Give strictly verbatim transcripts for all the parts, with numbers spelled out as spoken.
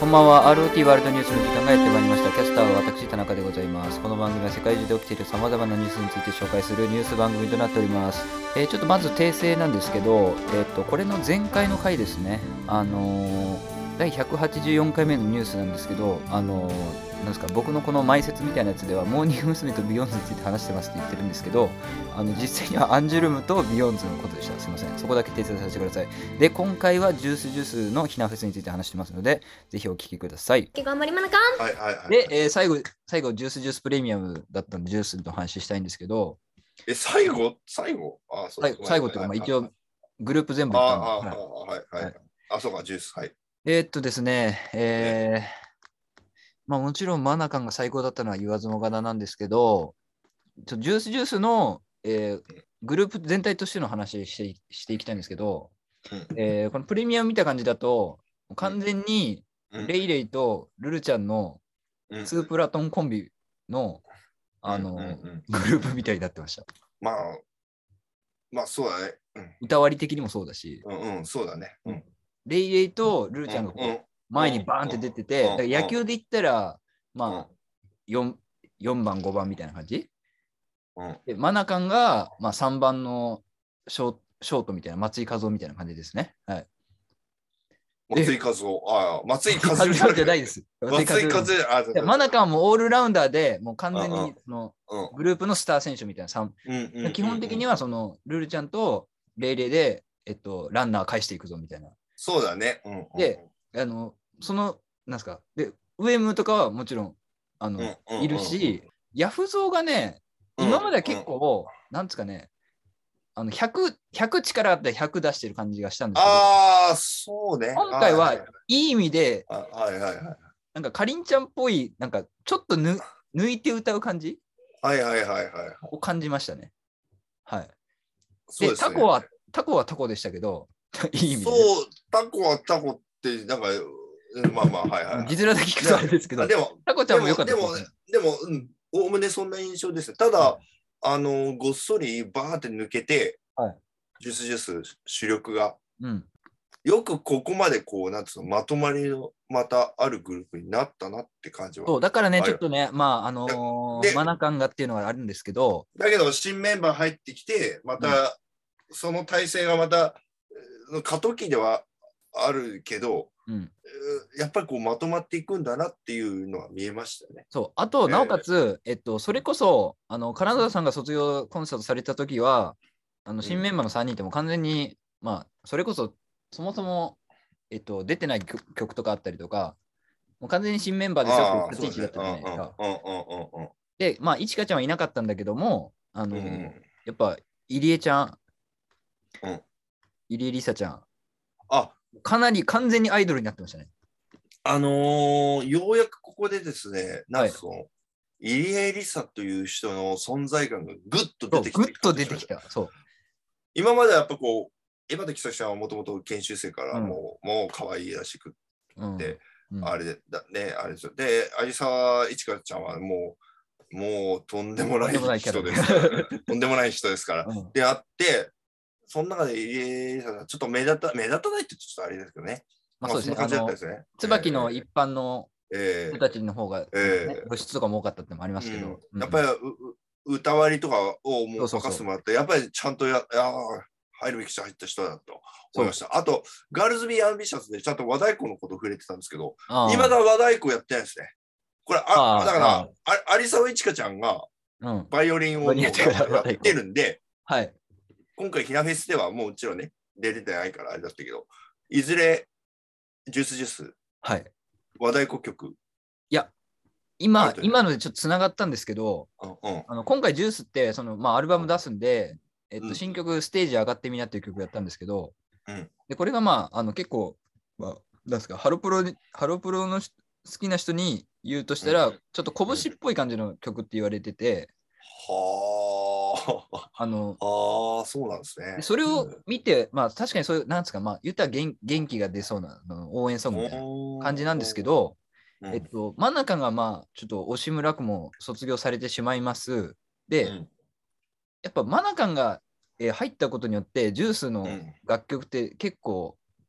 こんばんは。 アールオーティー ワールドニュースの時間がやってまいりました。キャスターは私田中でございます。この番組は世界中で起きている様々なニュースについて紹介するニュース番組となっております。えー、ちょっとまず訂正なんですけど、えー、とこれの前回の回ですね、あのーだいひゃくはちじゅうよんかいめのニュースなんですけど、あのーなんですか、僕のこの前説みたいなやつではモーニング娘。とビヨンズについて話してますって言ってるんですけど、あの実際にはアンジュルムとビヨンズのことでした。すいません。そこだけ訂正させてください。で、今回はジュースジュースのひなフェスについて話してますので、ぜひお聞きください。 頑張りまなかん。 はいはいはい。 で、えー最後、最後、ジュースジュースプレミアムだったんで、ジュースの話したいんですけど、 え、最後最後あ、そう最最後というか、まあ、一応、グループ全部あ言ったんで、 あ、 はいはいはい。 はいあ、そうか、ジュース。はい。 えーっとですね、えーまあ、もちろんマナカンが最高だったのは言わずもがななんですけど、ちょジュースジュースの、えーグループ全体としての話してしていきたいんですけど、 うんえーこのプレミアム見た感じだと、完全にうんレイレイとルルちゃんのうんツープラトンコンビの、あの、 うんうんうんグループみたいになってました。 まあ、まあそうだね。うん歌割り的にもそうだし、 うんうん、そうだね。うんレイレイとルルちゃんがこううん前にバーンって出てて、 うんだから野球で言ったら、 うんまあ、4, よんばん、ごばんみたいな感じ。 うんで、マナカンが、まあ、さんばんのショーショートみたいな、松井和夫みたいな感じですね。はい。 松井和夫。ああ、松井和松井和夫じゃないい。 です。 松井和夫。あ、 でマナカンもオールラウンダーで、もう完全うんうんにそのうんグループのスター選手みたいなさん、 うんうんうん基本的にはそのルルちゃんとレイレイで、えっと、ランナー返していくぞみたいな。 そうだね。うんうんで、あの、その、なんすか、で、ウェムとかはもちろん、あの、 うんうんうんうんいるし、ヤフゾウがね、今までは結構、なんですかね、あのひゃく、ひゃく力あったらひゃく出してる感じがしたんですけど、 ああ、そうね。 今回はいい意味で、 あはいはいはい。 なんかかりんちゃんっぽい、なんかちょっとぬ抜いて歌う感じはいはいはいはい。 を感じましたね。はい。で、 そうですねタコは、タコはタコでしたけど、いい意味でね、 そう、タコはタコって、なんか、うんまあまあ、はいはいはい。 字面で聞くとあれですけど、 あでも、 タコちゃんも良かったでも、 ですね。 でも、でもうん、おおむねそんな印象です。ただ、あの、ごっそりバーって抜けて、 はいジュースジュース主力が、 うん。 よくここまでこう、なんつうの、まとまりのまたあるグループになったなって感じは。 そうだからね、 はいちょっとね、まあ、あのーでマナカンがっていうのはあるんですけど、 だけど、新メンバー入ってきて、また、その体制がまた、えー過渡期ではあるけど、 うん、 えーやっぱりこうまとまっていくんだなっていうのは見えましたね。 そう、あと、 えーなおかつ、えっと、それこそ、あの、金沢さんが卒業コンサートされたときは、あの、新メンバーのさんにんっても完全に、まあ、それこそ、そもそも、えっと、出てない曲曲とかあったりとか、もう完全に新メンバーですよっていう立ち位置だったじゃないですか。 うんうんうんうんで、まあ、いちかちゃんはいなかったんだけども、あの、 うんうんやっぱ、入江ちゃん、 うん入江梨沙ちゃん、 あ、 かなり完全にアイドルになってましたね。 あのーようやくここでですね、なんかその、入江梨沙という人の存在感がぐっとそう出てきてぐっと出てきた。そう。 今まではやっぱこう、今田久さんはもともと研修生からうんもう、もう可愛いらしくうんでうんあれで、だね、あれですよ。で、有沢いちかちゃんはもう、もうとんでもないとんでもないキャラ人ですから、ね、とんでもない人ですから。 うんであって、その中で入江さんちょっと目立た目立たないってちょっとあれですけどね。 まあそうですね。 そんな感じだあのったですね。 椿の一般のえ人たちの方が、ねええ露出とかも多かったってのもありますけど。 うんやっぱりうう歌割りとかをもうそうそうそう任せてもらって、やっぱりちゃんとや、あー入るべき人入った人だと思いました。あと、ガールズ・ビー・アンビシャスでちゃんと和太鼓のこと触れてたんですけど、 ああ今だ和太鼓やってないですね。これ、あああだからあ、 あ有沢いちかちゃんがうん。 バイオリンをもうややってるやってるんで、 はい。 今回ひなフェスではもちろんね、出てないからあれだったけど、いずれ、ジュースジュース、 はい。 和太鼓曲、 いや、 あ今ると、ね今のでちょっとつながったんですけど、 うんうんあの今回ジュースってその、まあ、アルバム出すんで、えっと、 うん新曲ステージ上がってみなっていう曲やったんですけど、 うんでこれがまあ、あの結構、まあ、なんですか、ハロプロに、ハロプロのし好きな人に言うとしたら、 うんちょっと拳っぽい感じの曲って言われてて、 はあ、 あの、 ああ、そうなんですね。 でそれを見て、まあ確かにそういう、なんですか、まあ言ったら元元気が出そうなあの応援ソングみたいな感じなんですけど、 うん、 えっと、真ん中がまあ、ちょっと惜しむらくも卒業されてしまいます。で、 うんやっぱマナカンが、えー入ったことによって、ジュースのうん楽曲って結構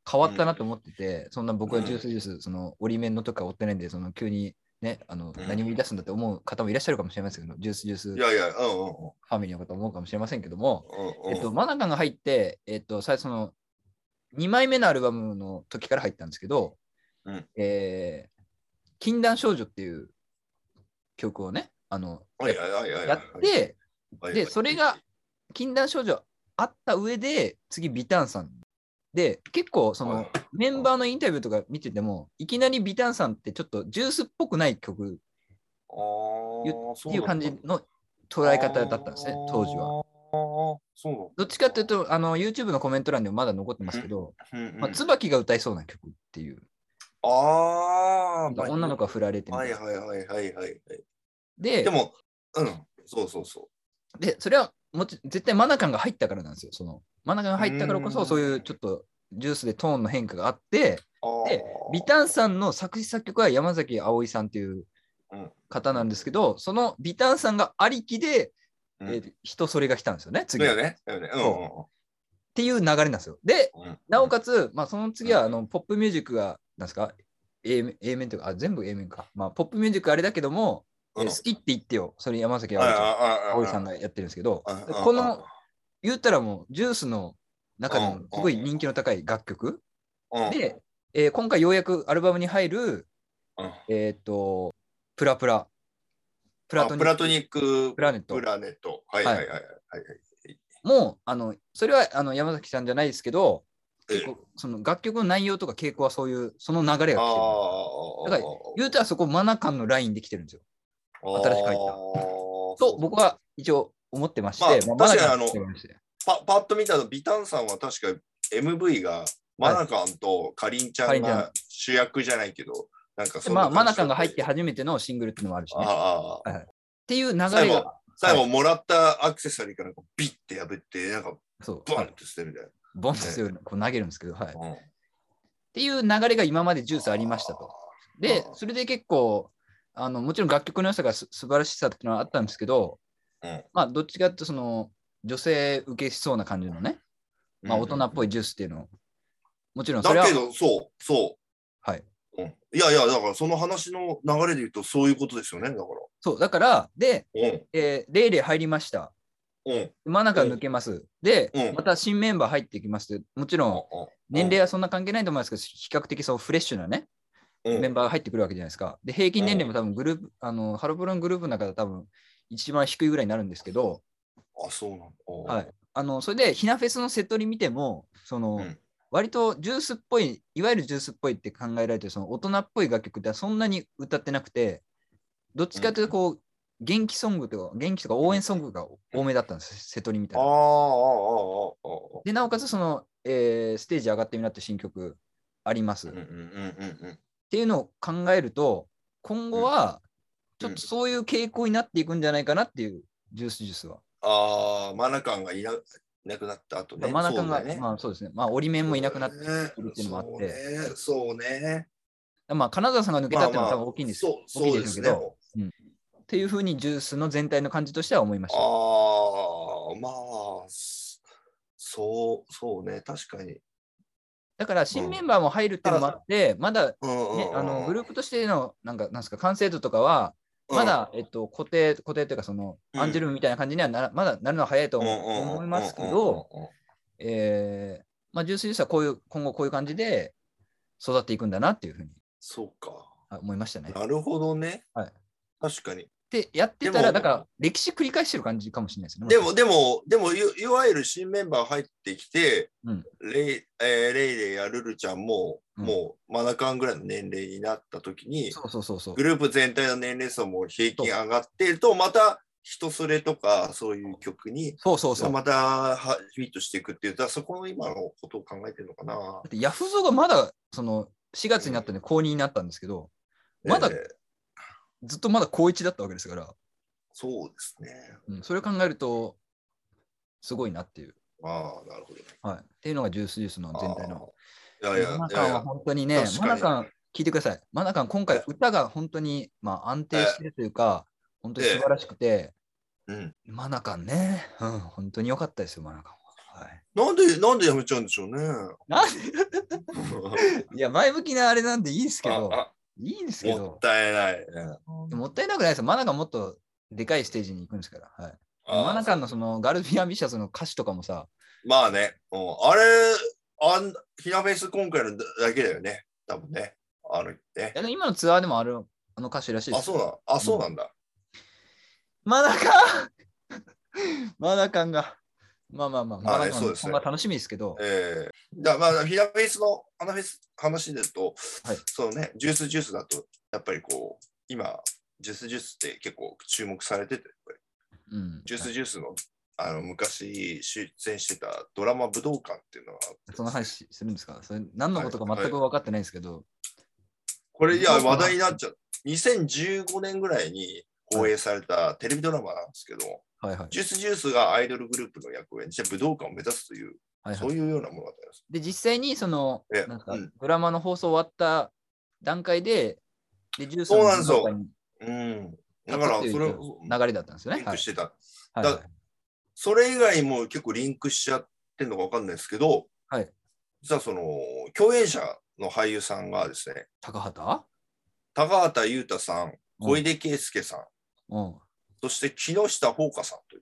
変わったなと思ってて、うん、そんな僕はジュースジュース、その折り面のとか追ってないんで、その急にね、あの、うん、何を言い出すんだって思う方もいらっしゃるかもしれませんけど、ジュースジュースファミリーの方思うかもしれませんけども、うんうん、えっと、マナカンが入って、えっと、最初のにまいめのアルバムの時から入ったんですけど、うん、えー、禁断少女っていう曲をね、あの、やって、で、それが禁断少女あった上で、次、ビタンさん。で、結構、その、メンバーのインタビューとか見てても、いきなりビタンさんってちょっとジュースっぽくない曲っていう感じの捉え方だったんですね、当時は。どっちかっていうと、あの、YouTube のコメント欄にもまだ残ってますけど、まあ、椿が歌いそうな曲っていう。 ああ、女の子が振られてみたいな。 はいはいはいはいはい。 で、 でも、うん、そうそうそう。 で、それはもち絶対マナカンが入ったからなんですよ。そのマナカンが入ったからこそ、そういうちょっとジュースでトーンの変化があって、で、ビタンさんの作詞作曲は山崎葵さんっていう方なんですけど、そのビタンさんがありきで、うん、えー、人それが来たんですよね、次。 だよね。だよね。うんうんうん。 っていう流れなんですよ。で、うん、なおかつ、まあ、その次はあのポップミュージックが、なんですか、A, A 面というか、あ、全部 A 面か。まあ、ポップミュージックあれだけども、うん、好きって言ってよ、それ山崎葵さんがやってるんですけど、この、言ったらもう、ジュースの中でもすごい人気の高い楽曲。で、えー、今回ようやくアルバムに入る、えっと、プラプラ。 プラトニックプラネット。 プラネット。はいはいはいはい。 もう、あの、それはあの山崎さんじゃないですけど、結構その楽曲の内容とか傾向はそういう、その流れが来てる。だから、言うたらそこマナカンのラインで来てるんですよ。新しく入った。と、僕は一応思ってまして、 まあ、確かにあのパ、パッと見たの、ビタンさんは確か エムブイ がマナカンとカリンちゃんが主役じゃないけど、なんかそんなまあ、マナカンが入って初めてのシングルっていうのもあるしね。あはい、っていう流れが。 最後、最後もらったアクセサリーからビッて破って、なんかボンって捨てるみたいな。 ボンって捨てる、こう投げるんですけど、はい。うん、っていう流れが今までジュースありましたと。で、それで結構、あのもちろん楽曲の良さがす素晴らしさっていうのはあったんですけど、うん、まあ、どっちかっていうと、その、女性受けしそうな感じのね、まあ、大人っぽいジュースっていうのを、もちろんそれは。 だけど、そう、そう。 はい。 うん、いやいや、だからその話の流れで言うとそういうことですよね、だから。 そう、だから、で、 うん、 えー、レイレイ入りました。うん。真中抜けます。で、うん、また新メンバー入ってきます。もちろん、年齢はそんな関係ないと思いますけど、比較的そうフレッシュなね、うん、メンバーが入ってくるわけじゃないですか。で、平均年齢も多分グループ、あの、ハロプロのグループの中で多分一番低いぐらいになるんですけど、 あ、そうなんだ。 はい。あの、それで、ひなフェスのセットリ見ても、その、うん、割とジュースっぽい、いわゆるジュースっぽいって考えられてる、その大人っぽい楽曲ってそんなに歌ってなくて、どっちかというと、こう、うん、元気ソングとか、元気とか応援ソングが多めだったんです、セトリみたいな。で、なおかつ、その、えー、ステージ上がってみなって新曲あります。っていうのを考えると、今後は、ちょっとそういう傾向になっていくんじゃないかなっていう、ジュースジュースは。 ああ、マナカンがいな、いなくなった後ね。 マナカンが、ね、まあそうですね。まあ、折り面もいなくなってるっていうのもあって。 そうね。そうねまあ、金沢さんが抜けたっていうのは多分大きいんですよ。まあまあ、大きいですけど。うん。っていうふうにジュースの全体の感じとしては思いました。 ああ、まあ、そう、そうね、確かに。 だから新メンバーも入るっていうのもあって、うん、まだ、ね、あのグループとしてのなんかなんすか完成度とかは、まだ、うん、えっと、固定、固定というか、その、うん、アンジュルムみたいな感じにはなまだなるのは早いと思いますけど、えー、まあ、ジュースジュースはこういう、今後こういう感じで育っていくんだなっていうふうに。 そうか。 思いましたね。 なるほどね。 はい。 確かに。 で、やってたら、だから、歴史繰り返してる感じかもしれないですね。 でも、でも、でもい、いわゆる新メンバー入ってきて、うん、レイ、えー、レイレイやルルちゃんも、うん、もう、マナカンぐらいの年齢になったときに、 そうそうそうそう、 グループ全体の年齢層も平均上がってると、また、人それとか、そういう曲に、 そうそうそう。 またフィットしていくっていう、そこの今のことを考えてるのかな。だってヤフゾがまだ、その、しがつになったんで、高にになったんですけど、うん、まだ、えー、ずっとまだ高いちだったわけですから。 そうですね。 うん、それを考えると、すごいなっていう。 ああ、なるほど、ね。 はい。っていうのがジュースジュースの全体の。 いやいや、 マナカンは本当にね、マナカン、聞いてください。マナカン、今回、歌が本当に、まあ、安定してるというか、本当に素晴らしくて、 うん、 マナカンね、うん、本当に良かったですよ、マナカンは。はい。 なんで、なんでやめちゃうんでしょうね。 なんでいや、前向きなあれなんでいいですけど、いいんですけど。 もったいない、 ね。もったいなくないですよ。マナがもっとでかいステージに行くんですから。はい。マナカンのそのガルビアンビシャスの歌詞とかもさ。 まあね、うん、あれ、あんヒナフェイス今回のだけだよね。多分ね。あのね。 いや今のツアーでもあるあの歌詞らしいです。 あ、そうなんあ、そうなんだ。 うん、マナカンマナカンが。まあまあまあ、まあ、ね、そうですね。楽しみですけど。 えー、だまあ、ヒナフェイスの話ですと、はい、そのね、ジュースジュースだと、やっぱりこう、今、ジュースジュースって結構注目されてて、やっぱりうん、ジュースジュースの、はい、あの昔出演してたドラマ武道館っていうのは、 その話するんですか？それ何のことか全く分かってないんですけど。はいはい、 これ、いや、話題になっちゃう。にせんじゅうごねんぐらいに放映されたテレビドラマなんですけど、はいはい、ジュースジュースがアイドルグループの役を演じて武道館を目指すという、はいはい、そういうような物語です。 で、実際にそのなんか、うん、ドラマの放送終わった段階で、でジュースの武道館にうん、だからそれ流れだったんですよね。 リンクしてた。 はいはいはい、 それ以外も結構リンクしちゃってるのか分かんないですけど、 はい、 実はその共演者の俳優さんがですね、 高畑高畑裕太さん、小出圭介さん、うん、そして木下ほうかさんという。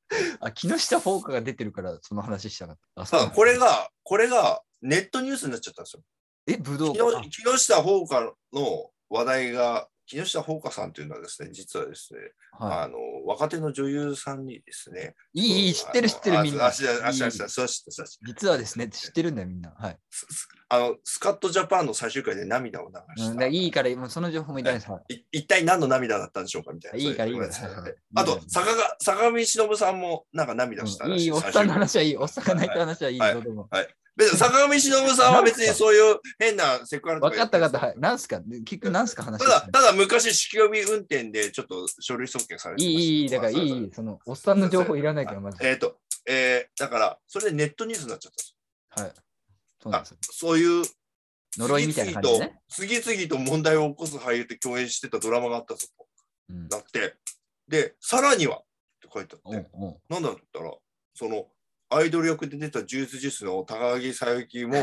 あ、木下ほうかが出てるからその話したかった。あ、 そうなんです。これが、これがネットニュースになっちゃったんですよ。 え、武道館木下ほうかの話題が、木下ほうかさんというのはですね、実はですね、はい、あの若手の女優さんにですね、 いい、いい、知ってる、知ってる、みんな。 あ、知ってる、知ってる、 実はですね、知ってるんだよ、みんな。はい。 あの、スカットジャパンの最終回で涙を流した。 うん、いいから、もうその情報もいたいです。 い一体何の涙だったんでしょうかみたいな。 いいから、いいから。 あと、坂が坂上忍さんもなんか涙したらしい。 いい、おっさんの話はいい。おっさんが泣いた話はいい。 はい。別に坂上忍さんは別にそういう変なセクハラとか。 分かった分かった。はい。なんすか結局なんすか話。 ただ、ただ昔、酒気帯び運転でちょっと書類送検されてました。 いい、いい、だからいい、その、おっさんの情報いらないから、まず。 えっと、えー、だから、それでネットニュースになっちゃったんです。 はい。そうなんですよ。 そういう、 呪いみたいな感じでね。 次々と問題を起こす俳優って共演してたドラマがあったぞと、うん、なって、で、さらにはって書いてあって、おうおうなんだったら、その、アイドル役で出たジュースジュースの高木さゆきも、な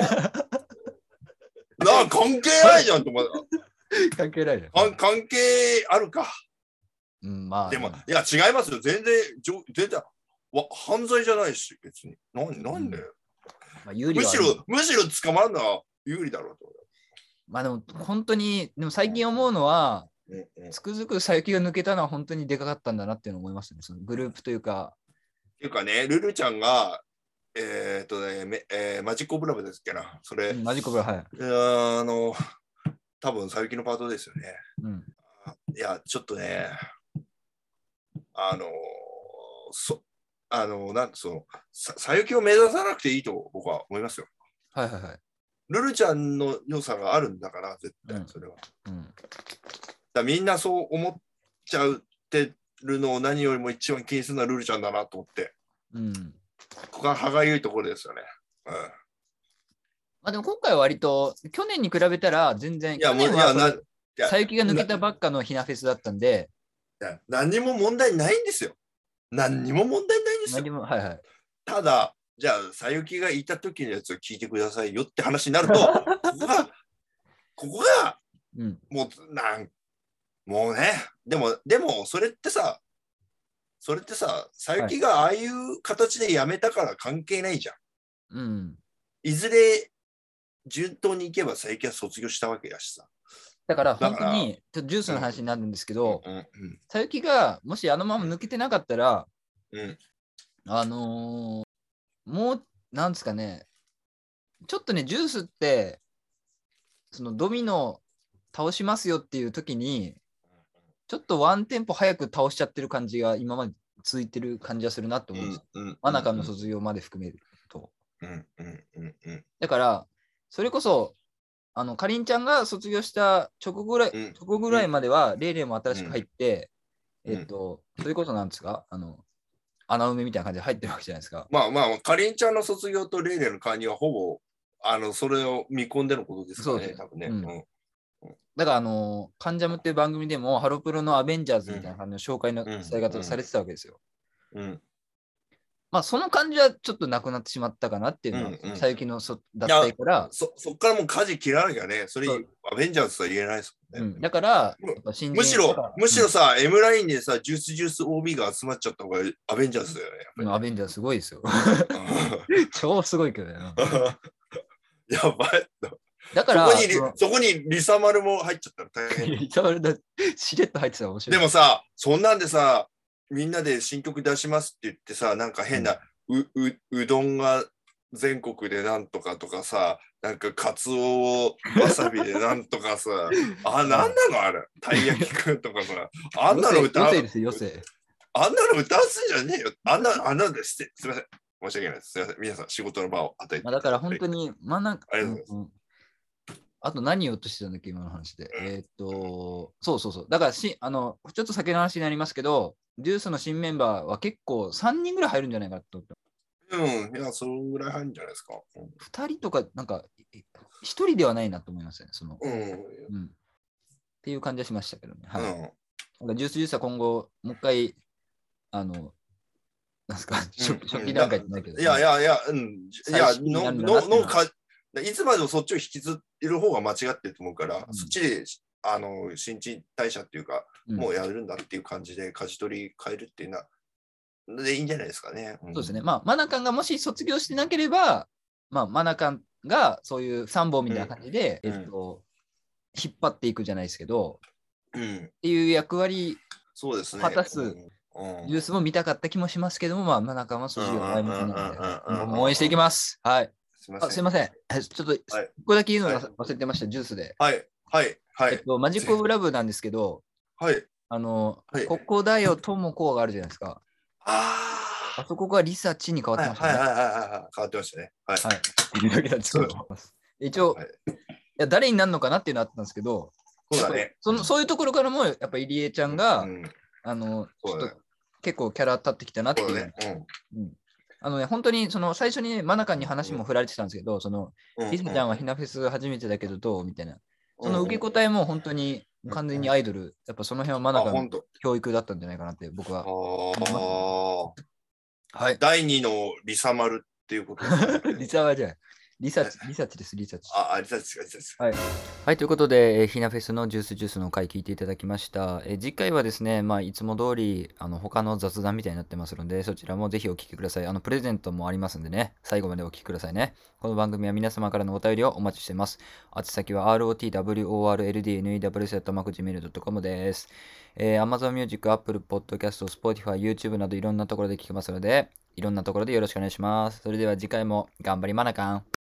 あ、関係ないじゃんと思う。 関係ないじゃん。関係あるか。 うん、まあ。 でも、いや、違いますよ。全然、全然、わ犯罪じゃないし、別に。ななんで、うんまあ、有利むしろ、むしろ捕まるのは有利だろうと。 まあでも、本当に、でも最近思うのは、うんうん、つくづくさゆきが抜けたのは本当にでかかったんだなっていうのを思いますね。そのグループというか。 っていうかね、ルルちゃんが、えー、っとね、えー、マジックオブラブですっけな。それ、 うん、マジックオブラブ、はい。 いやあの、多分さゆきのパートですよね。 うん、 いや、ちょっとね、あの、そ、あの、なんその、さゆきを目指さなくていいと僕は思いますよ。 はいはいはい。 ルルちゃんの良さがあるんだから、絶対、それは。うんうん、だみんなそう思っちゃってるのを何よりも一番気にするのはルルちゃんだなと思って。うん、ここが歯がゆいところですよね。うん、まあでも今回は割と去年に比べたら全然、いや、もう、いや、な、さゆきが抜けたばっかのひなフェスだったんで。 いや、何にも問題ないんですよ。何にも問題ないんですよ。 何も、はいはい。 ただ、じゃあ、さゆきがいた時のやつを聞いてくださいよって話になると、ここが、ここが、うん、もう、なん、もうね、でも、でも、それってさ、それってさ、さゆきがああいう形で辞めたから関係ないじゃん。うん。いずれ、順当にいけばさゆきは卒業したわけだしさ。 だから本当に、ちょっとジュースの話になるんですけど、さゆきがもしあのまま抜けてなかったら、うん、あのー、もう、なんですかね、ちょっとね、ジュースって、そのドミノ倒しますよっていう時に、ちょっとワンテンポ早く倒しちゃってる感じが今まで続いてる感じがするなと思うんですよ。マナカンの卒業まで含めると。だから、それこそ、あのかりんちゃんが卒業した直後ぐらい、うん、直後ぐらいまでは、レイレイも新しく入って、うん、えっと、それこそなんですか、あの、穴埋めみたいな感じで入ってるわけじゃないですか。 まあまあ、かりんちゃんの卒業とレイレイの加入はほぼ、あの、それを見込んでのことですからね、多分ね。うんうんだから、あの、カンジャムっていう番組でも、ハロプロのアベンジャーズみたいな感じの紹介の伝え方をされてたわけですよ。うん。 まあその感じはちょっとなくなってしまったかなっていうのは、 うんうん最近のそ脱退からそそっからもう舵切らなきゃね、それアベンジャーズとは言えないですもんね。 うん、だから新人むしろむしろさ、うん、M ラインでさジュースジュース オービー が集まっちゃった方がアベンジャーズだよね。 うん、アベンジャーズすごいですよ。超すごいけどね。 やばい。 だからそこにそこにリサマルも入っちゃったら大変。 リサマルだしれっと入ってたら面白い。 でもさ、そんなんでさ、みんなで新曲出しますって言ってさ、なんか変な、うん、う, う, うどんが全国でなんとかとかさ、なんかカツオをわさびでなんとかさ、あ、なんなのあれ、たい焼きくんとかさ、あんなの歌う。 余生ですよ、余生。 あんなの歌わすんじゃねえよ。あんな、あんなのです。すみません。申し訳ないです。すみません。皆さん、仕事の場を与えて。 まあ、だから本当に、まあなんか、 ありがとうございます。 あと何言おうとしてたんだっけ、今の話で。うん、えー、っと、そうそうそう。だからし、あの、ちょっと先の話になりますけど、デュースの新メンバーは結構さんにんぐらい入るんじゃないかと思って。 うん、いや、そのぐらい入るんじゃないですか。 うん、ふたりとか、なんか、ひとりではないなと思いますね。その、 うん、 うん。っていう感じはしましたけどね。はい。 うん、 なんかジュースジュースは今後、もう一回、あの、なんすか、初, うん、初期段階じゃないけど。 いやいやいや、うん。いや、の、の、のか、いつまでもそっちを引きずる方が間違ってると思うから、うん、そっちで、あの、新陳代謝っていうか、うん、もうやるんだっていう感じで、舵取り変えるっていうのは、でいいんじゃないですかね。 うん、そうですね。まあ、マナカンがもし卒業してなければ、まあ、マナカンがそういう参謀みたいな感じで、うん、えっと、引っ張っていくじゃないですけど、うん、っていう役割を果たすニュースも見たかった気もしますけども、まあ、マナカンは卒業前向きなので、僕も応援していきます。はい。すみません。すいません。ちょっと、ここだけ言うの忘れてました、はい、ジュースで。 はい。はい。はい。 えっと、マジックオブラブなんですけど、 はい。 あの、はい、ここだよ、ともこがあるじゃないですか。ああそこがリサチに変わってましたね。 はいはいはいはい、はい、変わってましたね。はい。はい、だけなんですけど一応、はい、いや誰になるのかなっていうのあったんですけど、 そうだね。 そのそういうところからも、やっぱり入江ちゃんが、うん、あの、ちょっと結構キャラ立ってきたなっていう。ねうんうん、あのね、本当にその最初にね、マナカンに話も振られてたんですけど、その、リサちゃんはひなフェス初めてだけどどうみたいな。その受け答えも本当に完全にアイドル、やっぱその辺はマナカンの教育だったんじゃないかなって僕は。 はい、だいにのリサマルっていうことですね。 リサはじゃあ、リサチ、リサチです、リサチ。 あ、リサチです、リサチ。 はい。はい、ということで、えー、ひなフェスのジュースジュースの回聞いていただきました。えー、次回はですね、まあ、いつも通り、あの、他の雑談みたいになってますので、そちらもぜひお聞きください。あの、プレゼントもありますんでね、最後までお聞きくださいね。この番組は皆様からのお便りをお待ちしています。宛先は アールオーティーダブリューオーアールエルディーエヌイーダブリューエス アットマークジーメールドットコム です。えー、Amazon Music、Apple Podcast、Spotify、YouTube などいろんなところで聞けますので、いろんなところでよろしくお願いします。それでは次回も頑張りマナカン。